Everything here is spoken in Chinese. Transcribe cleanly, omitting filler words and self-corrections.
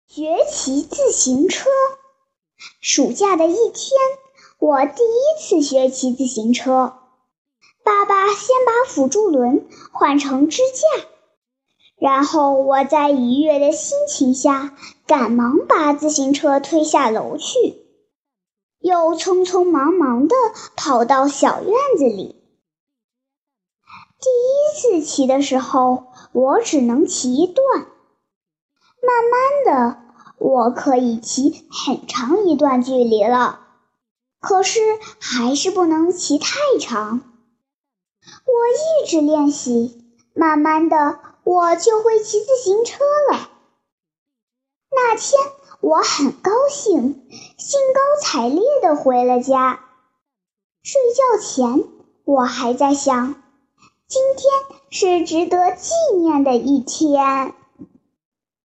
学骑自行车。暑假的一天，我第一次学骑自行车。爸爸先把辅助轮换成支架，然后我在愉悦的心情下，赶忙把自行车推下楼去，又匆匆忙忙地跑到小院子里。第一次骑的时候，我只能骑一段，慢慢的，我可以骑很长一段距离了，可是还是不能骑太长。我一直练习，慢慢的，我就会骑自行车了。那天我很高兴，兴高采烈地回了家。睡觉前，我还在想，今天是值得纪念的一天。